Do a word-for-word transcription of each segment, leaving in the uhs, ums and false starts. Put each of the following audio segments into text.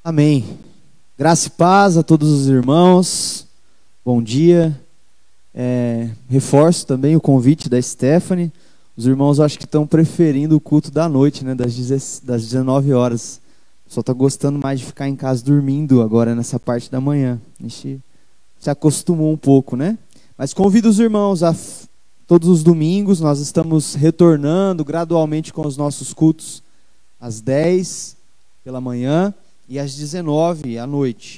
Amém. Graça e paz a todos os irmãos. Bom dia. É, reforço também o convite da Stephanie. Os irmãos acho que estão preferindo o culto da noite, né, das dezenove horas. Só está gostando mais de ficar em casa dormindo agora nessa parte da manhã. A gente se acostumou um pouco, né? Mas convido os irmãos a todos os domingos. Nós estamos retornando gradualmente com os nossos cultos às dez pela manhã e às dezenove à noite.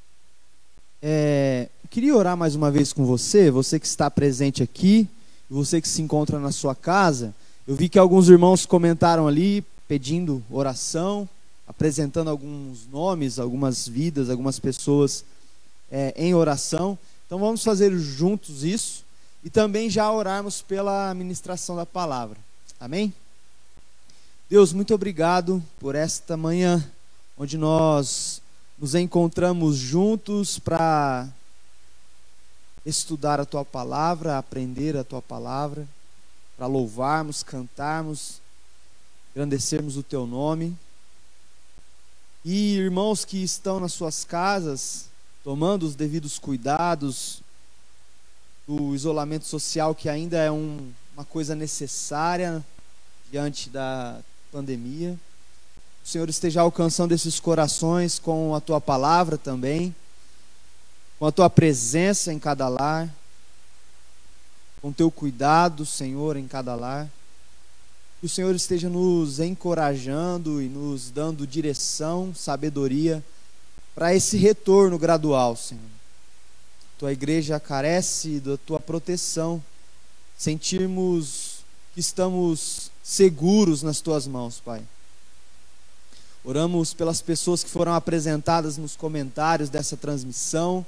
É, queria orar mais uma vez com você, você que está presente aqui, você que se encontra na sua casa. Eu vi que alguns irmãos comentaram ali, pedindo oração, apresentando alguns nomes, algumas vidas, algumas pessoas é, em oração. Então vamos fazer juntos isso e também já orarmos pela ministração da palavra. Amém? Deus, muito obrigado por esta manhã, onde nós nos encontramos juntos para estudar a Tua Palavra, aprender a Tua Palavra, para louvarmos, cantarmos, engrandecermos o Teu nome. E irmãos que estão nas suas casas, tomando os devidos cuidados do isolamento social, que ainda é um, uma coisa necessária diante da pandemia. O Senhor esteja alcançando esses corações com a Tua palavra também, com a Tua presença em cada lar, com o Teu cuidado, Senhor, em cada lar. Que o Senhor esteja nos encorajando e nos dando direção, sabedoria para esse retorno gradual, Senhor. Tua igreja carece da Tua proteção, sentirmos que estamos seguros nas Tuas mãos, Pai. Oramos pelas pessoas que foram apresentadas nos comentários dessa transmissão.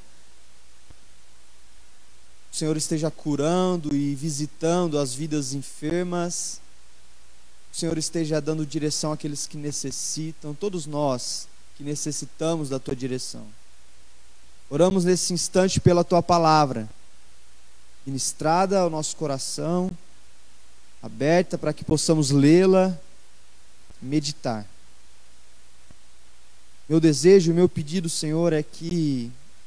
O Senhor esteja curando e visitando as vidas enfermas. O Senhor esteja dando direção àqueles que necessitam, todos nós que necessitamos da Tua direção. Oramos nesse instante pela Tua palavra, ministrada ao nosso coração, aberta para que possamos lê-la e meditar. Meu desejo, meu pedido, Senhor, é que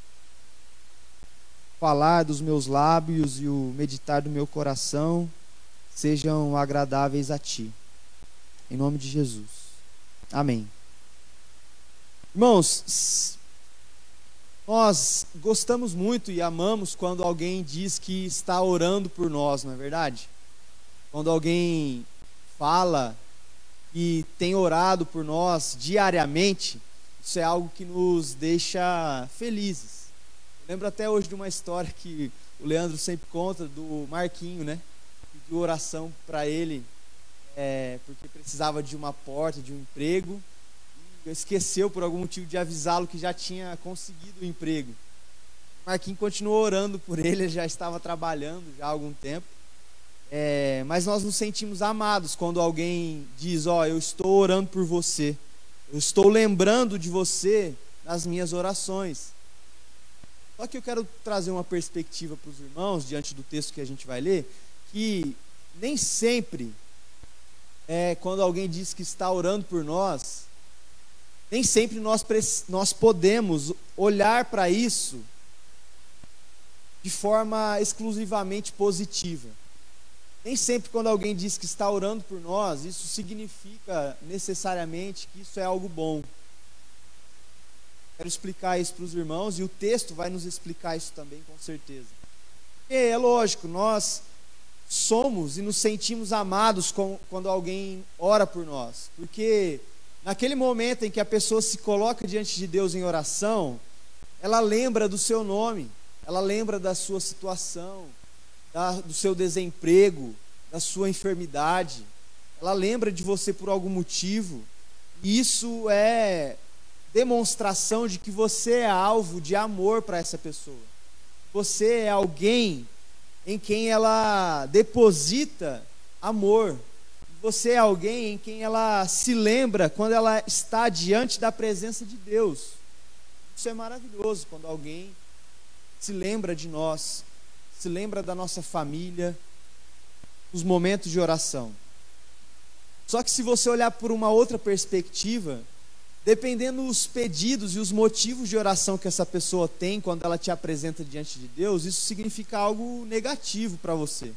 falar dos meus lábios e o meditar do meu coração sejam agradáveis a Ti. Em nome de Jesus. Amém. Irmãos, nós gostamos muito e amamos quando alguém diz que está orando por nós, não é verdade? Quando alguém fala que tem orado por nós diariamente, isso é algo que nos deixa felizes. Eu lembro até hoje de uma história que o Leandro sempre conta do Marquinho, né? Pediu oração para ele, é, porque precisava de uma porta, de um emprego. E esqueceu por algum motivo de avisá-lo que já tinha conseguido o emprego. O Marquinho continuou orando por ele, ele já estava trabalhando já há algum tempo. É, mas nós nos sentimos amados quando alguém diz: ó, eu estou orando por você. Eu estou lembrando de você nas minhas orações. Só que eu quero trazer uma perspectiva para os irmãos, diante do texto que a gente vai ler, que nem sempre, é, quando alguém diz que está orando por nós, nem sempre nós, nós podemos olhar para isso de forma exclusivamente positiva. Nem sempre quando alguém diz que está orando por nós, isso significa necessariamente que isso é algo bom. Quero explicar isso para os irmãos e o texto vai nos explicar isso também, com certeza. E é lógico, nós somos e nos sentimos amados com, quando alguém ora por nós. Porque naquele momento em que a pessoa se coloca diante de Deus em oração, ela lembra do seu nome, ela lembra da sua situação, Da, do seu desemprego, da sua enfermidade. Ela lembra de você por algum motivo. E isso é demonstração de que você é alvo de amor para essa pessoa. Você é alguém em quem ela deposita amor. Você é alguém em quem ela se lembra quando ela está diante da presença de Deus. Isso é maravilhoso, quando alguém se lembra de nós, se lembra da nossa família, os momentos de oração. Só que se você olhar por uma outra perspectiva, dependendo dos pedidos e os motivos de oração que essa pessoa tem quando ela te apresenta diante de Deus, isso significa algo negativo para você.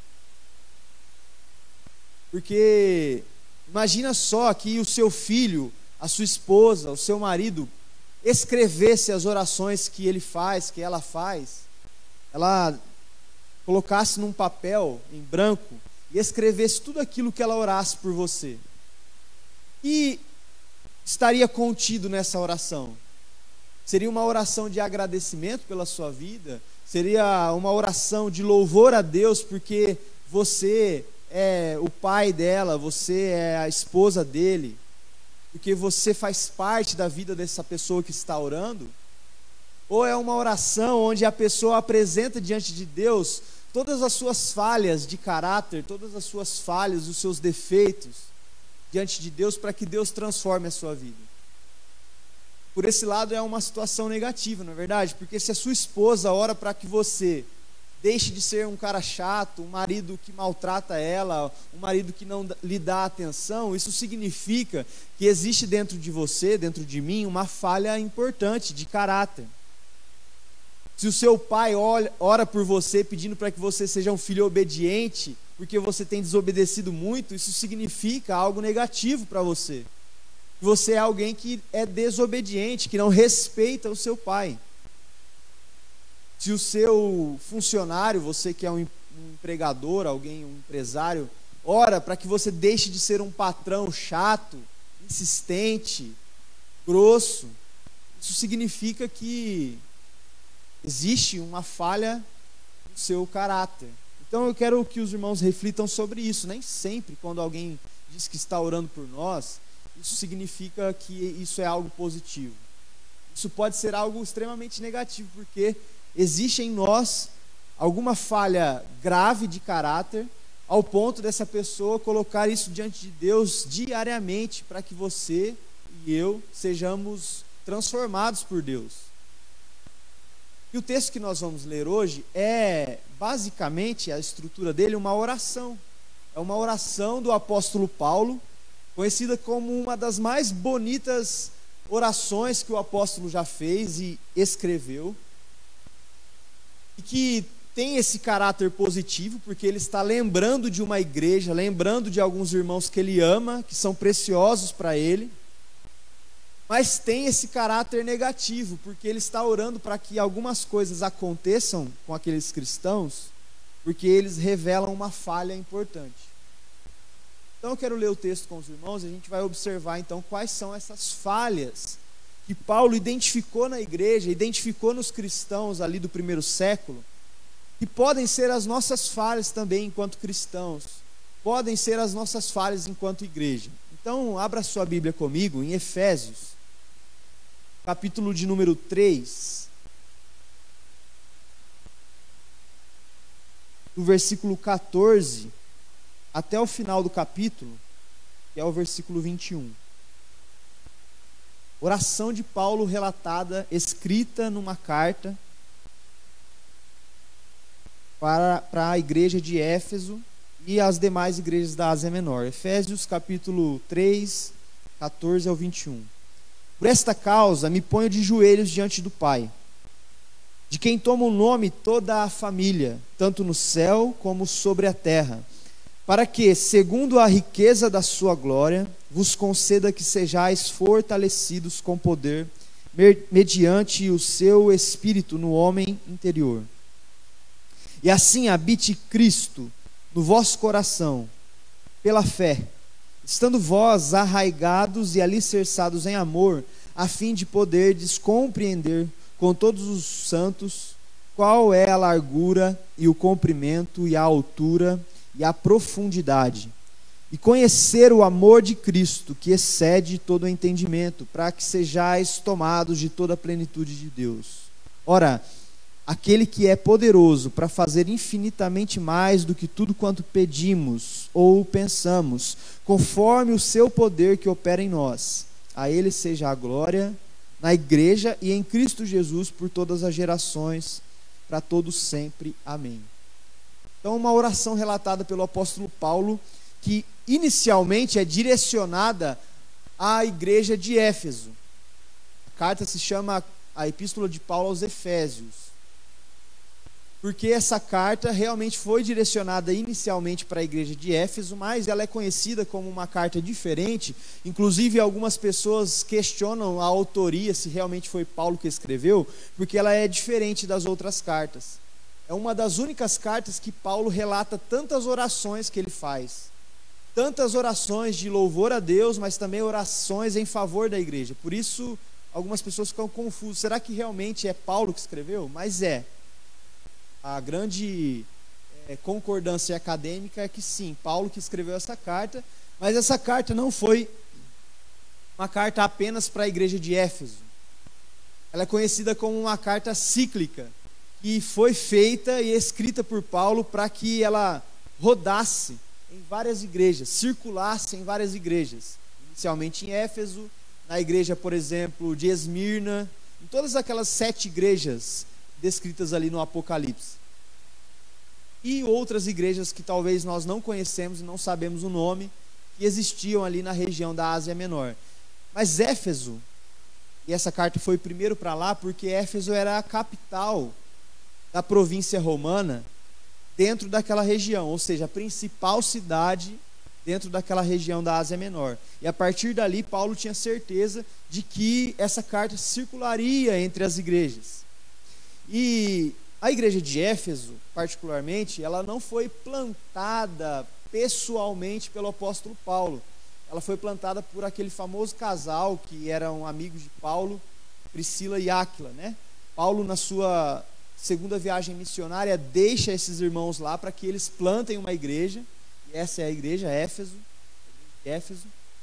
Porque imagina só que o seu filho, a sua esposa, o seu marido escrevesse as orações que ele faz, que ela faz, ela colocasse num papel em branco e escrevesse tudo aquilo que ela orasse por você. E estaria contido nessa oração? Seria uma oração de agradecimento pela sua vida? Seria uma oração de louvor a Deus porque você é o pai dela, você é a esposa dele, porque você faz parte da vida dessa pessoa que está orando? Ou é uma oração onde a pessoa apresenta diante de Deus todas as suas falhas de caráter, todas as suas falhas, os seus defeitos diante de Deus, para que Deus transforme a sua vida? Por esse lado é uma situação negativa, não é verdade? Porque se a sua esposa ora para que você deixe de ser um cara chato, um marido que maltrata ela, um marido que não lhe dá atenção, isso significa que existe dentro de você, dentro de mim, uma falha importante de caráter. Se o seu pai ora por você pedindo para que você seja um filho obediente, porque você tem desobedecido muito, isso significa algo negativo para você. Você é alguém que é desobediente, que não respeita o seu pai. Se o seu funcionário, você que é um empregador, alguém, um empresário, ora para que você deixe de ser um patrão chato, insistente, grosso, isso significa que existe uma falha no seu caráter. Então eu quero que os irmãos reflitam sobre isso. Nem sempre quando alguém diz que está orando por nós, isso significa que isso é algo positivo. Isso pode ser algo extremamente negativo, porque existe em nós alguma falha grave de caráter, ao ponto dessa pessoa colocar isso diante de Deus diariamente, para que você e eu sejamos transformados por Deus. E o texto que nós vamos ler hoje é, basicamente, a estrutura dele, uma oração. É uma oração do apóstolo Paulo, conhecida como uma das mais bonitas orações que o apóstolo já fez e escreveu. E que tem esse caráter positivo, porque ele está lembrando de uma igreja, lembrando de alguns irmãos que ele ama, que são preciosos para ele. Mas tem esse caráter negativo, porque ele está orando para que algumas coisas aconteçam com aqueles cristãos, porque eles revelam uma falha importante. Então eu quero ler o texto com os irmãos, e a gente vai observar então quais são essas falhas que Paulo identificou na igreja, identificou nos cristãos ali do primeiro século, que podem ser as nossas falhas também enquanto cristãos, podem ser as nossas falhas enquanto igreja. Então abra sua Bíblia comigo em Efésios, capítulo de número três, do versículo catorze até o final do capítulo, que é o versículo vinte e um. Oração de Paulo relatada, escrita numa carta para, para a igreja de Éfeso e as demais igrejas da Ásia Menor. Efésios capítulo três, catorze ao vinte e um. Por esta causa me ponho de joelhos diante do Pai, de quem toma o nome toda a família, tanto no céu como sobre a terra, para que, segundo a riqueza da sua glória, vos conceda que sejais fortalecidos com poder, mediante o seu Espírito no homem interior. E assim habite Cristo no vosso coração, pela fé, estando vós arraigados e alicerçados em amor, a fim de poderdes compreender com todos os santos qual é a largura e o comprimento e a altura e a profundidade, e conhecer o amor de Cristo, que excede todo o entendimento, para que sejais tomados de toda a plenitude de Deus. Ora, aquele que é poderoso para fazer infinitamente mais do que tudo quanto pedimos ou pensamos, conforme o seu poder que opera em nós, a ele seja a glória na igreja e em Cristo Jesus por todas as gerações, para todos sempre. Amém. Então, uma oração relatada pelo apóstolo Paulo, que inicialmente é direcionada à igreja de Éfeso. carta se chama a Epístola de Paulo aos Efésios, porque essa carta realmente foi direcionada inicialmente para a igreja de Éfeso, mas ela é conhecida como uma carta diferente. Inclusive, algumas pessoas questionam a autoria, se realmente foi Paulo que escreveu, porque ela é diferente das outras cartas. É uma das únicas cartas que Paulo relata tantas orações que ele faz, tantas orações de louvor a Deus, mas também orações em favor da igreja. Por isso, algumas pessoas ficam confusas. Será que realmente é Paulo que escreveu? Mas é. A grande é, concordância acadêmica é que sim, Paulo que escreveu essa carta, mas essa carta não foi uma carta apenas para a igreja de Éfeso. Ela é conhecida como uma carta cíclica, que foi feita e escrita por Paulo para que ela rodasse em várias igrejas, circulasse em várias igrejas, inicialmente em Éfeso, na igreja, por exemplo, de Esmirna, em todas aquelas sete igrejas descritas ali no Apocalipse, e outras igrejas que talvez nós não conhecemos e não sabemos o nome, que existiam ali na região da Ásia Menor. Mas Éfeso, e essa carta foi primeiro para lá, porque Éfeso era a capital da província romana dentro daquela região, ou seja, a principal cidade dentro daquela região da Ásia Menor. E a partir dali, Paulo tinha certeza de que essa carta circularia entre as igrejas. E a igreja de Éfeso, particularmente, ela não foi plantada pessoalmente pelo apóstolo Paulo. Ela foi plantada por aquele famoso casal que eram amigos de Paulo, Priscila e Áquila, né? Paulo, na sua segunda viagem missionária, deixa esses irmãos lá para que eles plantem uma igreja. E essa é a igreja, Éfeso, Éfeso.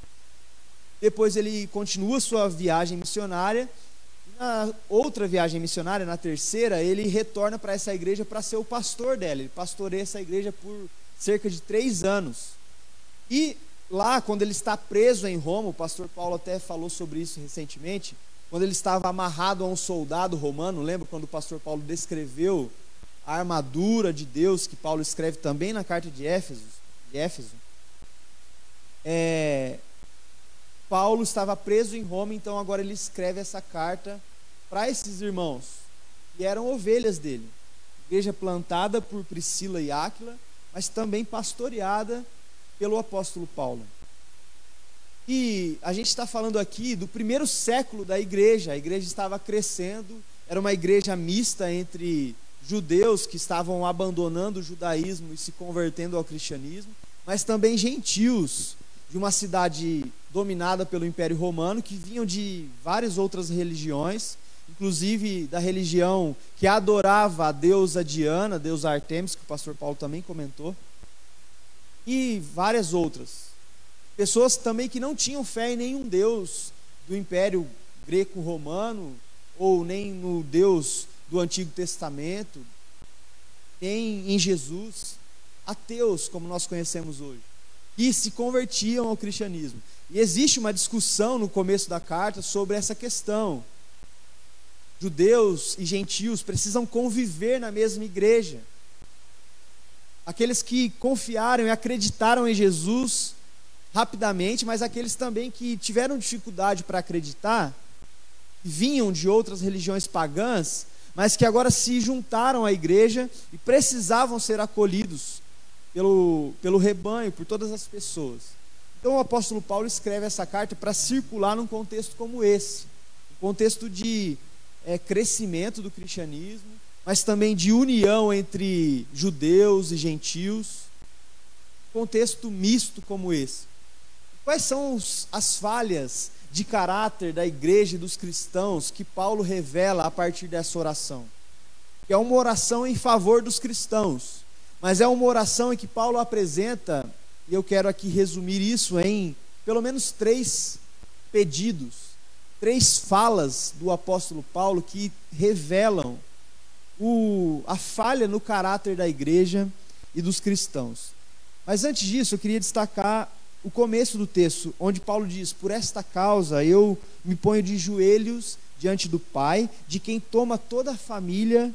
Depois ele continua sua viagem missionária. Na outra viagem missionária, na terceira, ele retorna para essa igreja para ser o pastor dela. Ele pastoreia essa igreja por cerca de três anos. E lá, quando ele está preso em Roma, o pastor Paulo até falou sobre isso recentemente, quando ele estava amarrado a um soldado romano, lembra quando o pastor Paulo descreveu a armadura de Deus, que Paulo escreve também na carta de Éfeso, de Éfeso? É... Paulo estava preso em Roma, então agora ele escreve essa carta para esses irmãos, que eram ovelhas dele. Igreja plantada por Priscila e Áquila, mas também pastoreada pelo apóstolo Paulo. E a gente está falando aqui do primeiro século da igreja. A igreja estava crescendo, era uma igreja mista entre judeus que estavam abandonando o judaísmo e se convertendo ao cristianismo, mas também gentios de uma cidade dominada pelo Império Romano, que vinham de várias outras religiões, inclusive da religião que adorava a deusa Diana, a deusa Artemis, que o pastor Paulo também comentou, e várias outras. Pessoas também que não tinham fé em nenhum deus do Império Greco-Romano, ou nem no Deus do Antigo Testamento, nem em Jesus, ateus como nós conhecemos hoje, que se convertiam ao cristianismo. E existe uma discussão no começo da carta sobre essa questão. Judeus e gentios precisam conviver na mesma igreja. Aqueles que confiaram e acreditaram em Jesus rapidamente, mas aqueles também que tiveram dificuldade para acreditar, vinham de outras religiões pagãs, mas que agora se juntaram à igreja e precisavam ser acolhidos pelo, pelo rebanho, por todas as pessoas. Então o apóstolo Paulo escreve essa carta para circular num contexto como esse, um contexto de é, crescimento do cristianismo, mas também de união entre judeus e gentios, um contexto misto como esse. Quais são os, as falhas de caráter da igreja e dos cristãos que Paulo revela a partir dessa oração? Que é uma oração em favor dos cristãos, mas é uma oração em que Paulo apresenta, e eu quero aqui resumir isso em pelo menos três pedidos, três falas do apóstolo Paulo que revelam o, a falha no caráter da igreja e dos cristãos. Mas antes disso, eu queria destacar o começo do texto, onde Paulo diz: por esta causa eu me ponho de joelhos diante do Pai, de quem toma toda a família,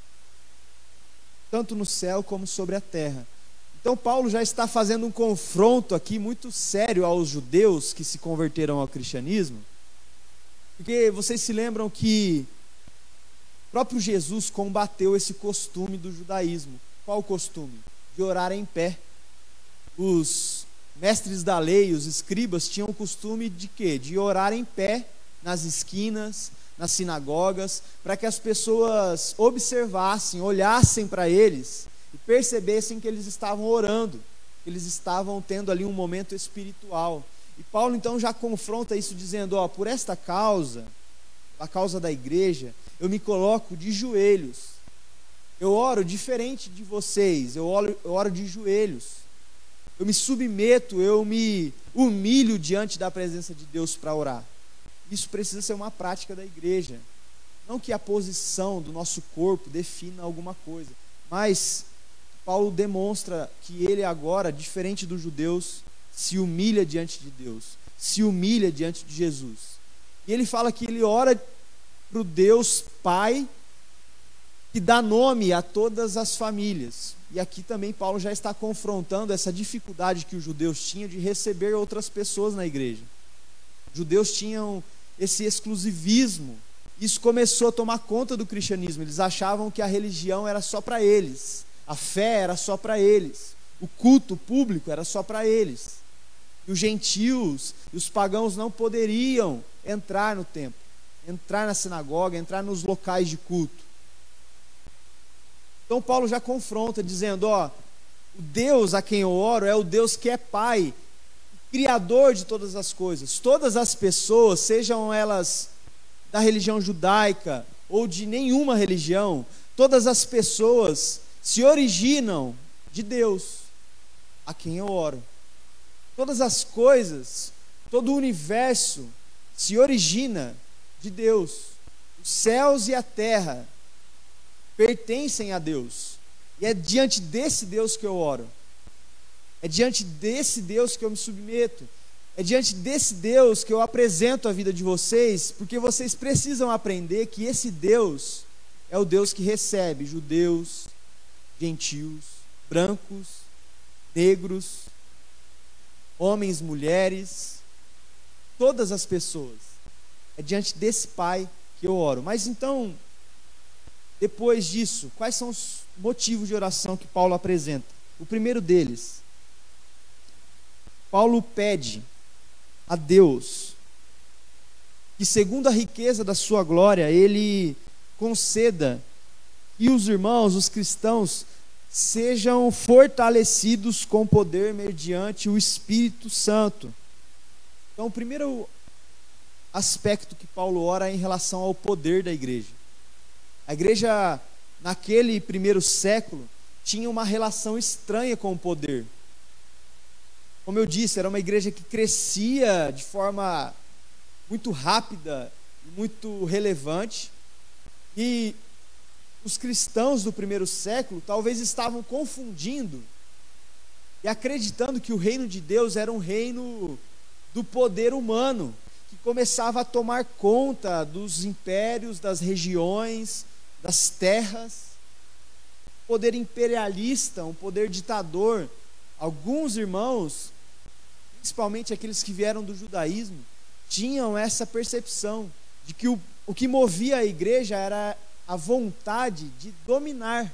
tanto no céu como sobre a terra. Então Paulo já está fazendo um confronto aqui muito sério aos judeus que se converteram ao cristianismo, Porque vocês se lembram que o próprio Jesus combateu esse costume do judaísmo. Qual o costume? De orar em pé. Os mestres da lei, os escribas, tinham o costume de quê? De orar em pé nas esquinas, nas sinagogas, para que as pessoas observassem, olhassem para eles e percebessem que eles estavam orando, que eles estavam tendo ali um momento espiritual. E Paulo então já confronta isso dizendo, ó, por esta causa, a causa da igreja, eu me coloco de joelhos. Eu oro diferente de vocês, eu oro, eu oro de joelhos. Eu me submeto, eu me humilho diante da presença de Deus para orar. Isso precisa ser uma prática da igreja. Não que a posição do nosso corpo defina alguma coisa, mas Paulo demonstra que ele agora, diferente dos judeus, se humilha diante de Deus, se humilha diante de Jesus. E ele fala que ele ora para o Deus Pai, que dá nome a todas as famílias. E aqui também Paulo já está confrontando essa dificuldade que os judeus tinham de receber outras pessoas na igreja. Os judeus tinham esse exclusivismo. Isso começou a tomar conta do cristianismo. Eles achavam que a religião era só para eles, a fé era só para eles, o culto público era só para eles. E os gentios e os pagãos não poderiam entrar no templo, entrar na sinagoga, entrar nos locais de culto. Então Paulo já confronta, dizendo, ó, o Deus a quem eu oro é o Deus que é Pai, Criador de todas as coisas. Todas as pessoas, sejam elas da religião judaica ou de nenhuma religião, todas as pessoas se originam de Deus, a quem eu oro. Todas as coisas, todo o universo se origina de Deus. Os céus e a terra pertencem a Deus. E é diante desse Deus que eu oro. É diante desse Deus que eu me submeto. É diante desse Deus que eu apresento a vida de vocês, porque vocês precisam aprender que esse Deus é o Deus que recebe judeus, gentios, brancos, negros, homens, mulheres, todas as pessoas. É diante desse Pai que eu oro. Mas então, depois disso, quais são os motivos de oração que Paulo apresenta? O primeiro deles, Paulo pede a Deus que, segundo a riqueza da sua glória, Ele conceda que os irmãos, os cristãos, sejam fortalecidos com poder mediante o Espírito Santo. Então, o primeiro aspecto que Paulo ora é em relação ao poder da igreja. A igreja, naquele primeiro século, tinha uma relação estranha com o poder. Como eu disse, era uma igreja que crescia de forma muito rápida e muito relevante. E os cristãos do primeiro século talvez estavam confundindo e acreditando que o reino de Deus era um reino do poder humano, que começava a tomar conta dos impérios, das regiões, das terras. Poder imperialista, um poder ditador. Alguns irmãos, principalmente aqueles que vieram do judaísmo, tinham essa percepção de que o, o que movia a igreja era a vontade de dominar,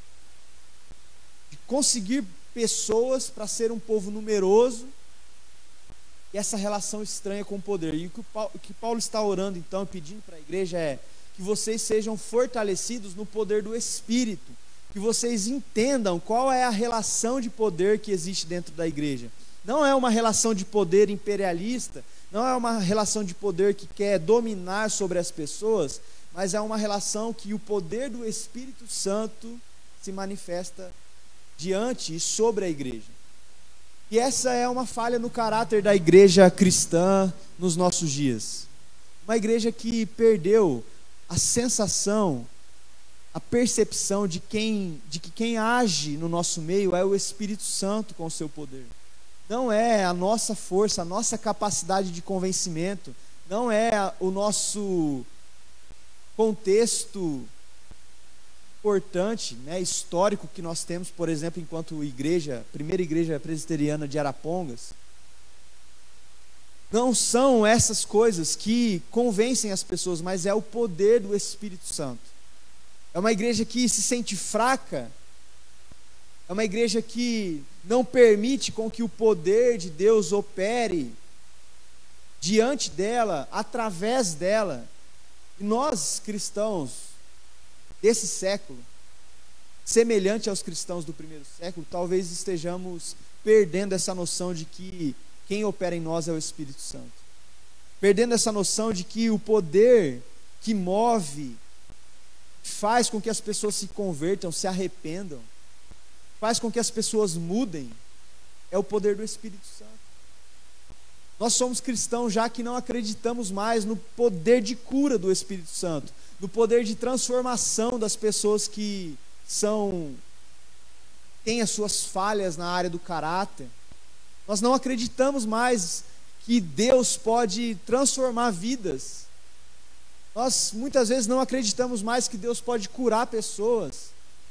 de conseguir pessoas para ser um povo numeroso, e essa relação estranha com o poder. E o que, o Paulo, o que Paulo está orando então, pedindo para a igreja é que vocês sejam fortalecidos no poder do Espírito, que vocês entendam qual é a relação de poder que existe dentro da igreja. Não é uma relação de poder imperialista, não é uma relação de poder que quer dominar sobre as pessoas, mas é uma relação que o poder do Espírito Santo se manifesta diante e sobre a igreja. E essa é uma falha no caráter da igreja cristã nos nossos dias. Uma igreja que perdeu a sensação, a percepção de, quem, de que quem age no nosso meio é o Espírito Santo com o seu poder. Não é a nossa força, a nossa capacidade de convencimento, não é a, o nosso contexto importante, né, histórico que nós temos, por exemplo, enquanto igreja, primeira igreja presbiteriana de Arapongas. Não são essas coisas que convencem as pessoas, mas é o poder do Espírito Santo. É uma igreja que se sente fraca, é uma igreja que não permite com que o poder de Deus opere diante dela, através dela. E nós, cristãos desse século, semelhante aos cristãos do primeiro século, talvez estejamos perdendo essa noção de que quem opera em nós é o Espírito Santo. Perdendo essa noção de que o poder que move, faz com que as pessoas se convertam, se arrependam, faz com que as pessoas mudem, é o poder do Espírito Santo. Nós somos cristãos já que não acreditamos mais no poder de cura do Espírito Santo, no poder de transformação das pessoas que são, têm as suas falhas na área do caráter. Nós não acreditamos mais que Deus pode transformar vidas. Nós muitas vezes não acreditamos mais que Deus pode curar pessoas,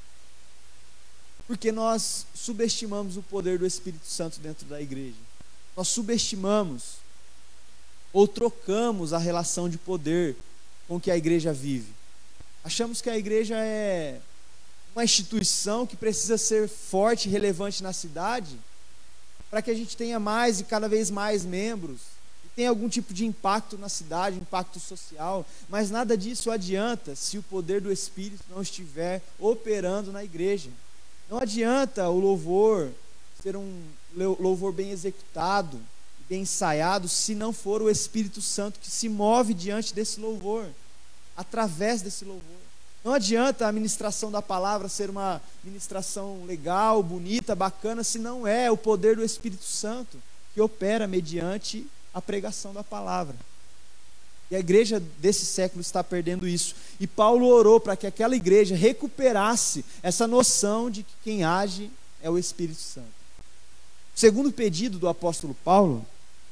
porque nós subestimamos o poder do Espírito Santo dentro da igreja. Nós subestimamos ou trocamos a relação de poder com que a igreja vive. Achamos que a igreja é uma instituição que precisa ser forte e relevante na cidade, para que a gente tenha mais e cada vez mais membros, e tenha algum tipo de impacto na cidade, impacto social, mas nada disso adianta se o poder do Espírito não estiver operando na igreja. Não adianta o louvor ser um louvor bem executado, bem ensaiado, se não for o Espírito Santo que se move diante desse louvor, através desse louvor. Não adianta a ministração da palavra ser uma ministração legal, bonita, bacana, se não é o poder do Espírito Santo que opera mediante a pregação da palavra. E a igreja desse século está perdendo isso. E Paulo orou para que aquela igreja recuperasse essa noção de que quem age é o Espírito Santo. O segundo pedido do apóstolo Paulo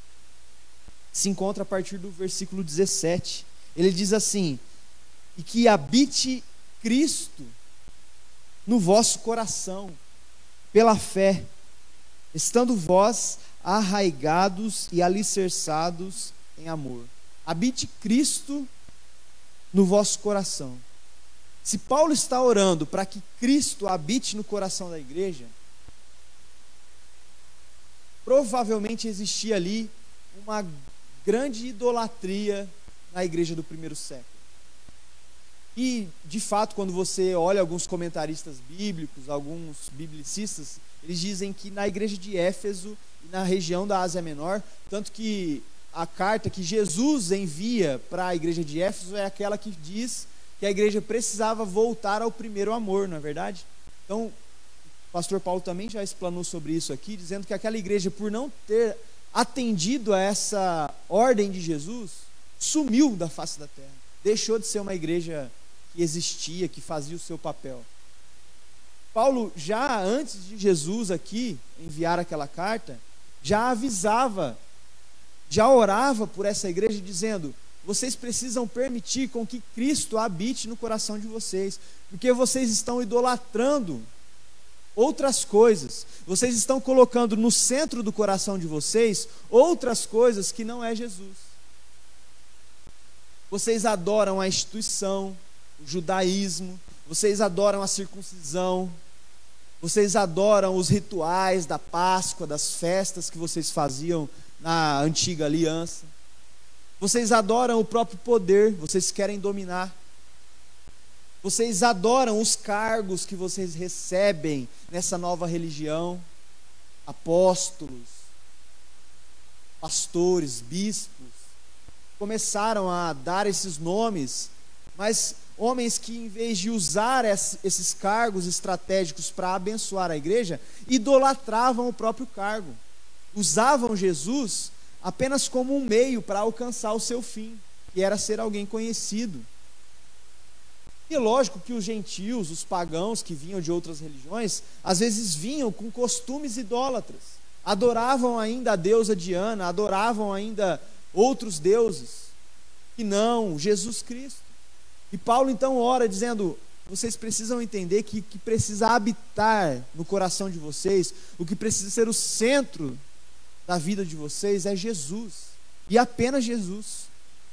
se encontra a partir do versículo dezessete. Ele diz assim: e que habite Cristo no vosso coração, pela fé, estando vós arraigados e alicerçados em amor. Habite Cristo no vosso coração. Se Paulo está orando para que Cristo habite no coração da igreja, provavelmente existia ali uma grande idolatria na igreja do primeiro século. E, de fato, quando você olha alguns comentaristas bíblicos, alguns biblicistas, eles dizem que na igreja de Éfeso e na região da Ásia Menor, tanto que a carta que Jesus envia para a igreja de Éfeso é aquela que diz que a igreja precisava voltar ao primeiro amor, não é verdade? Então, o pastor Paulo também já explanou sobre isso aqui, dizendo que aquela igreja, por não ter atendido a essa ordem de Jesus, sumiu da face da terra, deixou de ser uma igreja que existia, que fazia o seu papel. Paulo, já antes de Jesus aqui enviar aquela carta, já avisava, já orava por essa igreja, dizendo: vocês precisam permitir com que Cristo habite no coração de vocês, porque vocês estão idolatrando outras coisas, vocês estão colocando no centro do coração de vocês outras coisas que não é Jesus. Vocês adoram a instituição, o judaísmo, vocês adoram a circuncisão, vocês adoram os rituais da Páscoa, das festas que vocês faziam na antiga aliança. Vocês adoram o próprio poder, vocês querem dominar. Vocês adoram os cargos que vocês recebem nessa nova religião, apóstolos, pastores, bispos. Começaram a dar esses nomes, mas homens que, em vez de usar esses cargos estratégicos para abençoar a igreja, idolatravam o próprio cargo, usavam Jesus apenas como um meio para alcançar o seu fim, que era ser alguém conhecido. E é lógico que os gentios, os pagãos que vinham de outras religiões, às vezes vinham com costumes idólatras, adoravam ainda a deusa Diana, adoravam ainda outros deuses, que não Jesus Cristo. E Paulo então ora dizendo: vocês precisam entender que o que precisa habitar no coração de vocês, o que precisa ser o centro da vida de vocês é Jesus. e apenas Jesus.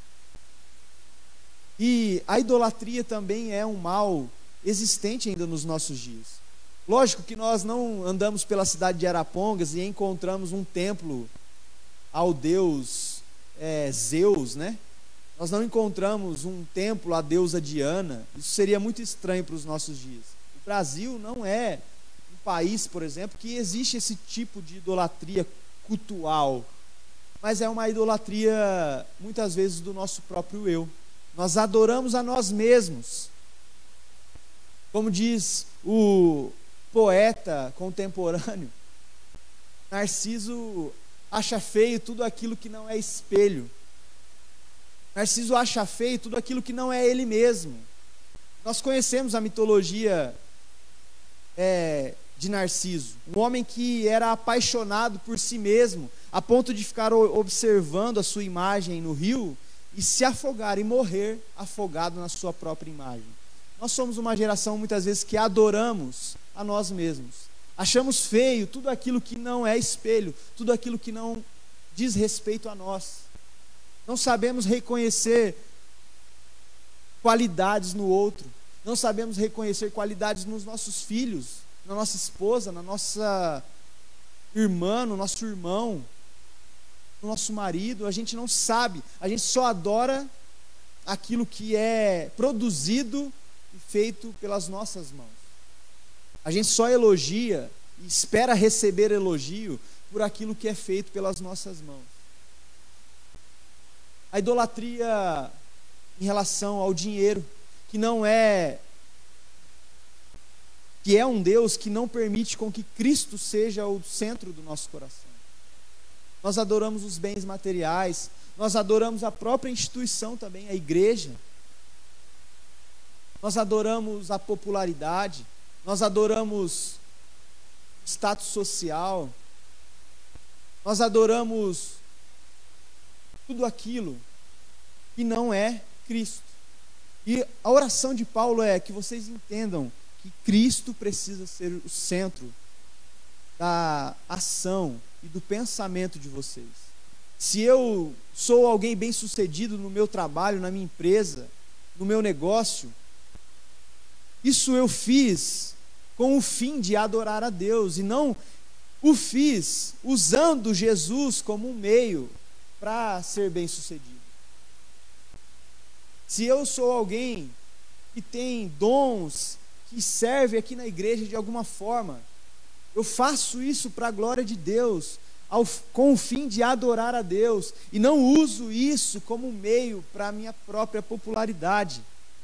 E a idolatria também é um mal existente ainda nos nossos dias. Lógico que nós não andamos pela cidade de Arapongas e encontramos um templo ao deus é, Zeus, né? Nós não encontramos um templo à deusa Diana. Isso seria muito estranho para os nossos dias. O Brasil não é um país, por exemplo, que existe esse tipo de idolatria cultual, mas é uma idolatria muitas vezes do nosso próprio eu. Nós adoramos a nós mesmos. Como diz o poeta contemporâneo, Narciso acha feio tudo aquilo que não é espelho. Narciso acha feio tudo aquilo que não é ele mesmo. Nós conhecemos a mitologia é, de Narciso, um homem que era apaixonado por si mesmo, a ponto de ficar observando a sua imagem no rio e se afogar e morrer afogado na sua própria imagem. Nós somos uma geração muitas vezes que adoramos a nós mesmos. Achamos feio tudo aquilo que não é espelho, tudo aquilo que não diz respeito a nós. Não sabemos reconhecer qualidades no outro. Não sabemos reconhecer qualidades nos nossos filhos, na nossa esposa, na nossa irmã, no nosso irmão, no nosso marido. A gente não sabe. A gente só adora aquilo que é produzido e feito pelas nossas mãos. A gente só elogia e espera receber elogio por aquilo que é feito pelas nossas mãos. A idolatria em relação ao dinheiro, que não é que é um Deus que não permite com que Cristo seja o centro do nosso coração. Nós adoramos os bens materiais, nós adoramos a própria instituição também, a igreja. Nós adoramos a popularidade, nós adoramos status social, nós adoramos tudo aquilo que não é Cristo. E a oração de Paulo é que vocês entendam que Cristo precisa ser o centro da ação e do pensamento de vocês. Se eu sou alguém bem sucedido no meu trabalho, na minha empresa, no meu negócio, isso eu fiz com o fim de adorar a Deus, e não o fiz usando Jesus como um meio para ser bem sucedido. Se eu sou alguém que tem dons, que serve aqui na igreja de alguma forma, eu faço isso para a glória de Deus, ao, com o fim de adorar a Deus, e não uso isso como meio para a minha própria popularidade.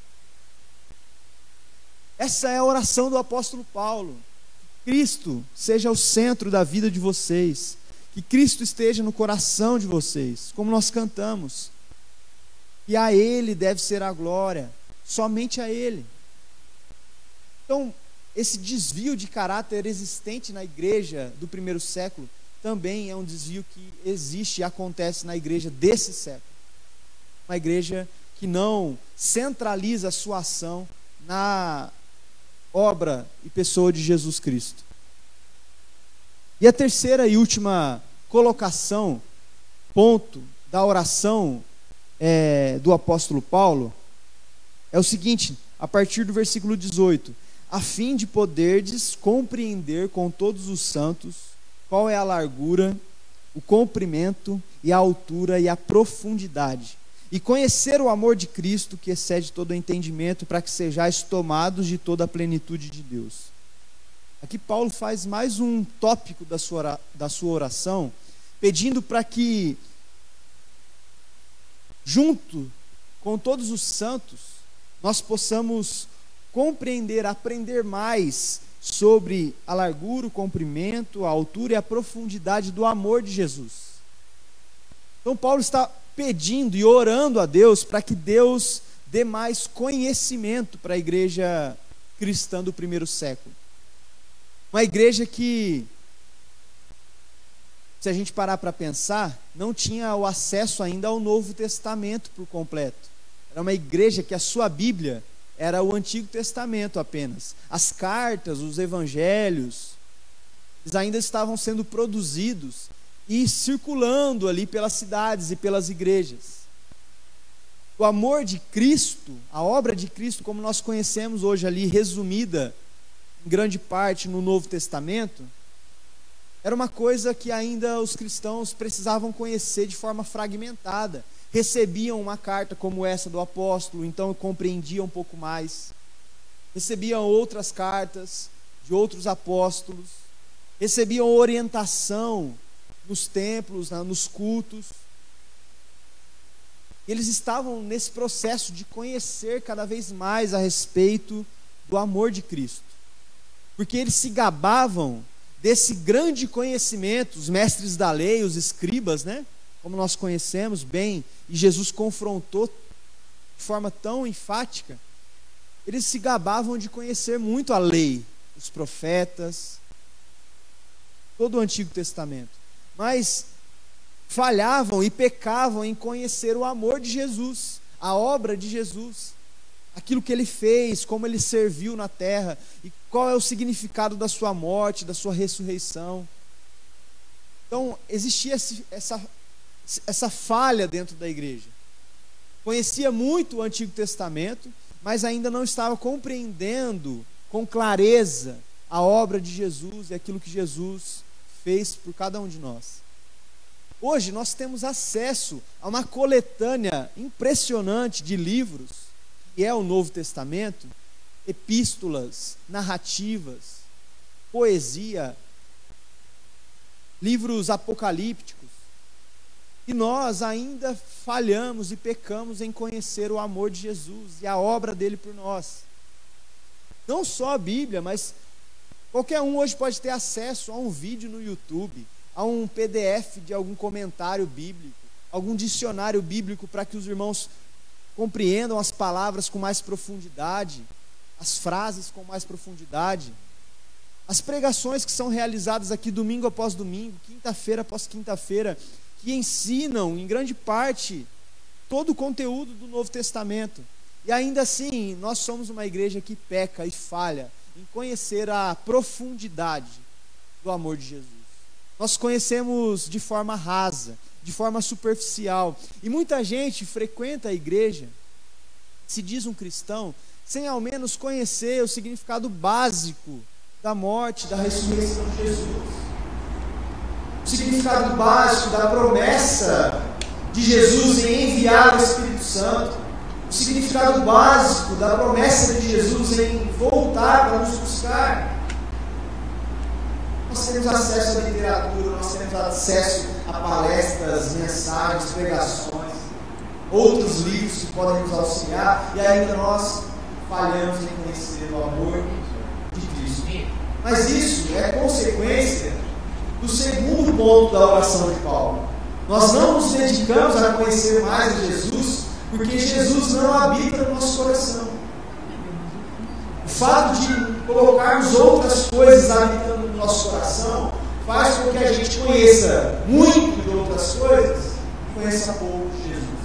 Essa é a oração do apóstolo Paulo. Que Cristo seja o centro da vida de vocês, que Cristo esteja no coração de vocês, como nós cantamos, e a Ele deve ser a glória, somente a Ele. Então, esse desvio de caráter existente na igreja do primeiro século também é um desvio que existe e acontece na igreja desse século. Uma igreja que não centraliza a sua ação na obra e pessoa de Jesus Cristo. E a terceira e última colocação, ponto da oração é, do apóstolo Paulo, é o seguinte, a partir do versículo dezoito: a fim de poderdes compreender com todos os santos qual é a largura, o comprimento e a altura e a profundidade, e conhecer o amor de Cristo que excede todo o entendimento, para que sejais tomados de toda a plenitude de Deus. Aqui Paulo faz mais um tópico da sua, da sua oração, pedindo para que, junto com todos os santos, nós possamos compreender, aprender mais sobre a largura, o comprimento, a altura e a profundidade do amor de Jesus. Então Paulo está pedindo e orando a Deus para que Deus dê mais conhecimento para a igreja cristã do primeiro século. Uma igreja que, se a gente parar para pensar, não tinha o acesso ainda ao Novo Testamento por completo. Era uma igreja que a sua Bíblia era o Antigo Testamento apenas. As cartas, os evangelhos, eles ainda estavam sendo produzidos e circulando ali pelas cidades e pelas igrejas. O amor de Cristo, a obra de Cristo, como nós conhecemos hoje ali, resumida em grande parte no Novo Testamento, era uma coisa que ainda os cristãos precisavam conhecer de forma fragmentada. Recebiam uma carta como essa do apóstolo, então compreendiam um pouco mais. Recebiam outras cartas de outros apóstolos. Recebiam orientação nos templos, nos cultos. Eles estavam nesse processo de conhecer cada vez mais a respeito do amor de Cristo. Porque eles se gabavam desse grande conhecimento, os mestres da lei, os escribas, né? Como nós conhecemos bem, e Jesus confrontou de forma tão enfática. Eles se gabavam de conhecer muito a lei, os profetas, todo o Antigo Testamento. Mas falhavam e pecavam em conhecer o amor de Jesus, a obra de Jesus, aquilo que ele fez, como ele serviu na terra, e qual é o significado da sua morte, da sua ressurreição. Então, existia essa, essa falha dentro da igreja. Conhecia muito o Antigo Testamento, mas ainda não estava compreendendo com clareza a obra de Jesus e aquilo que Jesus fez por cada um de nós. Hoje nós temos acesso a uma coletânea impressionante de livros, que é o Novo Testamento, epístolas, narrativas, poesia, livros apocalípticos, e nós ainda falhamos e pecamos em conhecer o amor de Jesus e a obra dele por nós. Não só a Bíblia, mas qualquer um hoje pode ter acesso a um vídeo no YouTube, a um P D F de algum comentário bíblico, algum dicionário bíblico, para que os irmãos compreendam as palavras com mais profundidade, as frases com mais profundidade, as pregações que são realizadas aqui domingo após domingo, quinta-feira após quinta-feira, que ensinam em grande parte todo o conteúdo do Novo Testamento. E ainda assim, nós somos uma igreja que peca e falha em conhecer a profundidade do amor de Jesus. Nós conhecemos de forma rasa, de forma superficial. E muita gente frequenta a igreja, se diz um cristão, sem ao menos conhecer o significado básico da morte, da ressurreição de Jesus. O significado básico da promessa de Jesus em enviar o Espírito Santo. O significado básico da promessa de Jesus em voltar para nos buscar. Nós temos acesso à literatura, nós temos acesso a palestras, mensagens, pregações, outros livros que podem nos auxiliar, e ainda nós falhamos em conhecer o amor de Cristo. Mas isso é consequência do segundo ponto da oração de Paulo. Nós não nos dedicamos a conhecer mais a Jesus, porque Jesus não habita no nosso coração. O fato de colocarmos outras coisas habitando no nosso coração faz com que a gente conheça muito de outras coisas e conheça pouco de Jesus.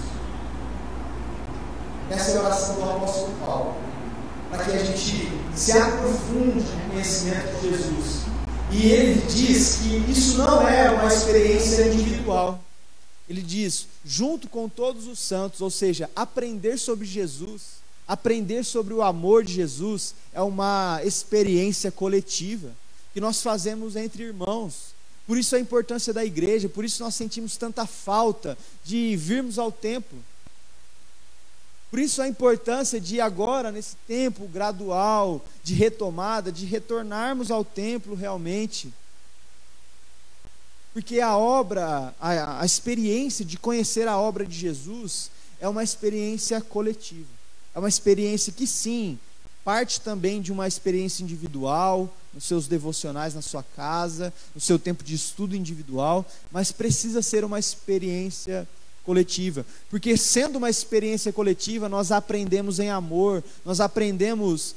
Essa é a oração do apóstolo Paulo, para que a gente se aprofunde no conhecimento de Jesus. E ele diz que isso não é uma experiência individual. Ele diz, junto com todos os santos, ou seja, aprender sobre Jesus, aprender sobre o amor de Jesus é uma experiência coletiva que nós fazemos entre irmãos. Por isso a importância da igreja, por isso nós sentimos tanta falta de virmos ao templo. Por isso a importância de agora, nesse tempo gradual, de retomada, de retornarmos ao templo realmente. Porque a obra, a, a experiência de conhecer a obra de Jesus é uma experiência coletiva. É uma experiência que sim, parte também de uma experiência individual, nos seus devocionais na sua casa, no seu tempo de estudo individual, mas precisa ser uma experiência coletiva. Porque sendo uma experiência coletiva, nós aprendemos em amor, nós aprendemos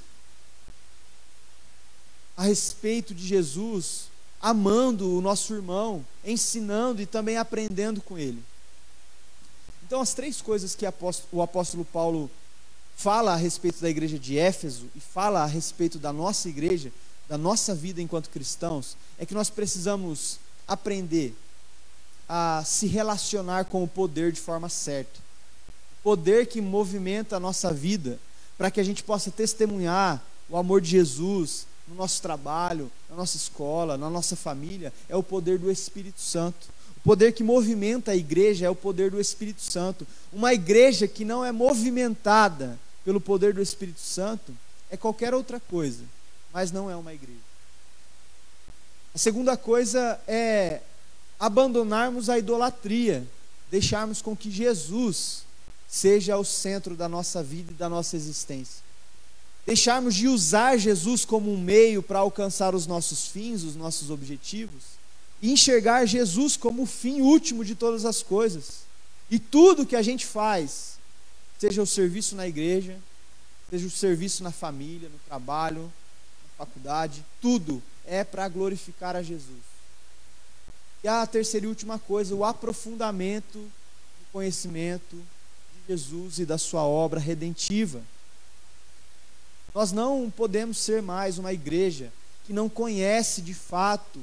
a respeito de Jesus, amando o nosso irmão, ensinando e também aprendendo com ele. Então, as três coisas que o apóstolo Paulo fala a respeito da igreja de Éfeso e fala a respeito da nossa igreja, da nossa vida enquanto cristãos, é que nós precisamos aprender a se relacionar com o poder de forma certa. O poder que movimenta a nossa vida, para que a gente possa testemunhar o amor de Jesus no nosso trabalho, na nossa escola, na nossa família, é o poder do Espírito Santo. O poder que movimenta a igreja é o poder do Espírito Santo. Uma igreja que não é movimentada pelo poder do Espírito Santo é qualquer outra coisa, mas não é uma igreja. A segunda coisa é abandonarmos a idolatria, deixarmos com que Jesus seja o centro da nossa vida e da nossa existência. Deixarmos de usar Jesus como um meio para alcançar os nossos fins, os nossos objetivos, e enxergar Jesus como o fim último de todas as coisas. E tudo que a gente faz, seja o serviço na igreja, seja o serviço na família, no trabalho, na faculdade, tudo é para glorificar a Jesus. E a terceira e última coisa, o aprofundamento do conhecimento de Jesus e da sua obra redentiva. Nós não podemos ser mais uma igreja que não conhece de fato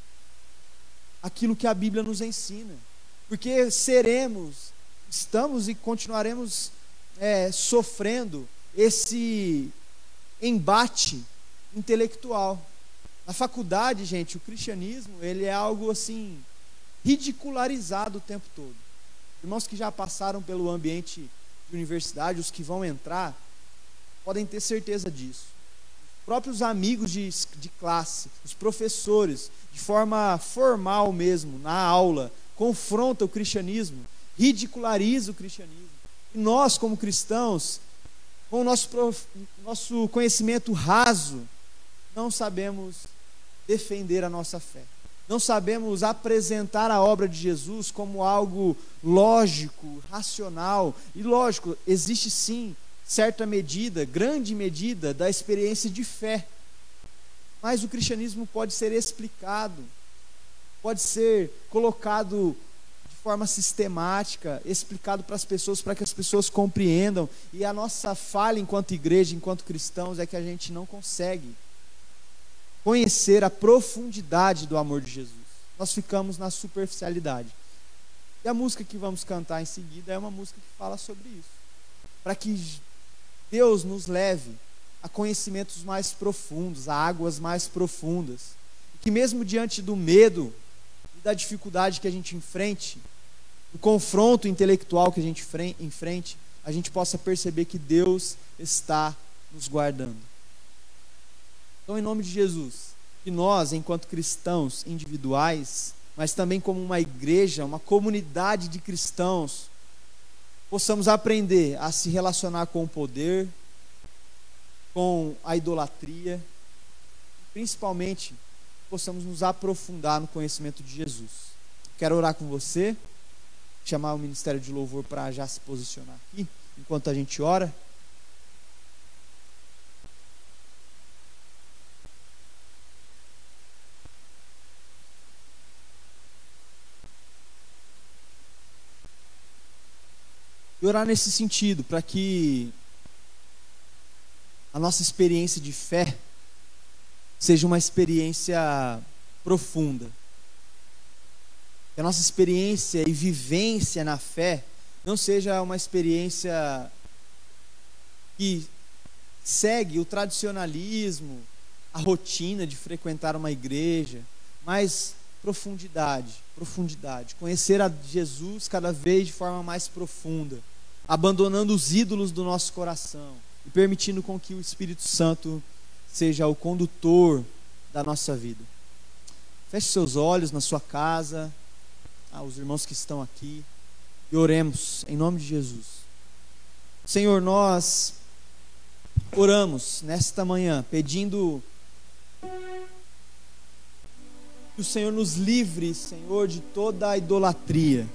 aquilo que a Bíblia nos ensina, porque seremos, estamos e continuaremos é, sofrendo esse embate intelectual. Na faculdade, gente, o cristianismo, ele é algo assim, ridicularizado o tempo todo. Irmãos que já passaram pelo ambiente de universidade, os que vão entrar, podem ter certeza disso. Os próprios amigos de, de classe, os professores, de forma formal mesmo, na aula, confrontam o cristianismo, ridicularizam o cristianismo. E nós, como cristãos, com o nosso, nosso conhecimento raso, não sabemos defender a nossa fé. Não sabemos apresentar a obra de Jesus como algo lógico, racional. E lógico, existe sim certa medida, grande medida da experiência de fé. Mas o cristianismo pode ser explicado, pode ser colocado de forma sistemática, explicado para as pessoas, para que as pessoas compreendam. E a nossa falha enquanto igreja, enquanto cristãos, é que a gente não consegue conhecer a profundidade do amor de Jesus. Nós ficamos na superficialidade. E a música que vamos cantar em seguida é uma música que fala sobre isso, para que Deus nos leve a conhecimentos mais profundos, a águas mais profundas, e que mesmo diante do medo e da dificuldade que a gente enfrente, do confronto intelectual que a gente enfrente, a gente possa perceber que Deus está nos guardando. Então, em nome de Jesus, que nós, enquanto cristãos individuais, mas também como uma igreja, uma comunidade de cristãos, possamos aprender a se relacionar com o poder, com a idolatria, e principalmente possamos nos aprofundar no conhecimento de Jesus. Quero orar com você, chamar o Ministério de Louvor para já se posicionar aqui, enquanto a gente ora. E orar nesse sentido, para que a nossa experiência de fé seja uma experiência profunda. Que a nossa experiência e vivência na fé não seja uma experiência que segue o tradicionalismo, a rotina de frequentar uma igreja, mas profundidade, profundidade, conhecer a Jesus cada vez de forma mais profunda, abandonando os ídolos do nosso coração e permitindo com que o Espírito Santo seja o condutor da nossa vida. Feche seus olhos na sua casa, ah, os irmãos que estão aqui, e oremos em nome de Jesus. Senhor, nós oramos nesta manhã pedindo que o Senhor nos livre, Senhor, de toda a idolatria.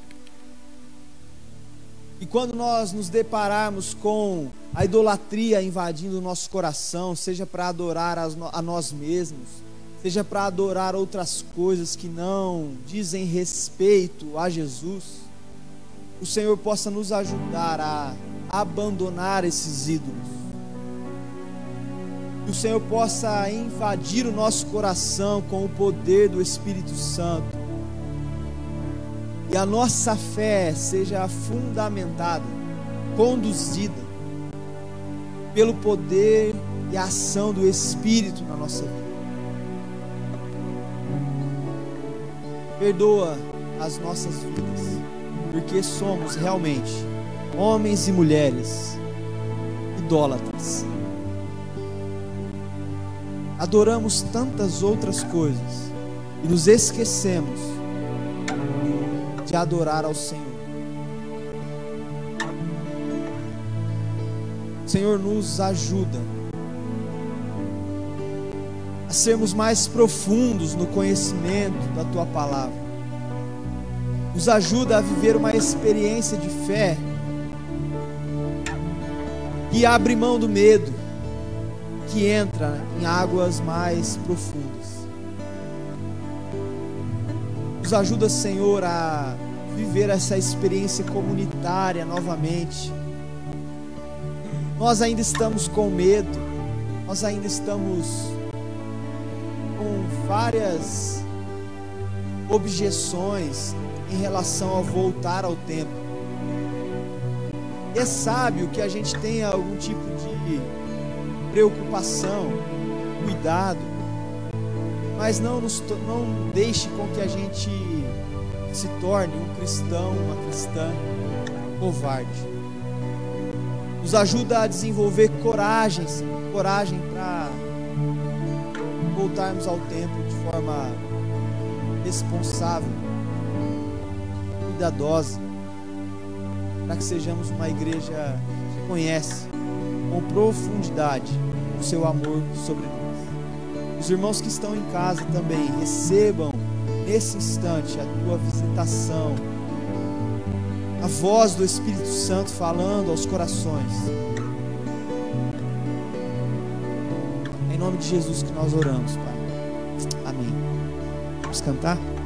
E quando nós nos depararmos com a idolatria invadindo o nosso coração, seja para adorar a nós mesmos, seja para adorar outras coisas que não dizem respeito a Jesus, o Senhor possa nos ajudar a abandonar esses ídolos. Que o Senhor possa invadir o nosso coração com o poder do Espírito Santo. e a nossa fé seja fundamentada, conduzida pelo poder e a ação do Espírito na nossa vida. Perdoa as nossas vidas, porque somos realmente homens e mulheres idólatras. Adoramos tantas outras coisas e nos esquecemos de adorar ao Senhor. Senhor, nos ajuda a sermos mais profundos no conhecimento da Tua Palavra. Nos ajuda a viver uma experiência de fé e abre mão do medo que entra em águas mais profundas. Nos ajuda, Senhor, a viver essa experiência comunitária novamente. Nós ainda estamos com medo, nós ainda estamos com várias objeções em relação a voltar ao templo. É sábio que a gente tenha algum tipo de preocupação, cuidado, mas não, nos, não deixe com que a gente se torne um cristão, uma cristã covarde. Nos ajuda a desenvolver coragem, Senhor, coragem para voltarmos ao templo de forma responsável, cuidadosa, para que sejamos uma igreja que conhece com profundidade o seu amor sobre nós. Os irmãos que estão em casa também recebam nesse instante a tua visitação, a voz do Espírito Santo falando aos corações. É em nome de Jesus que nós oramos, Pai. Amém. Vamos cantar?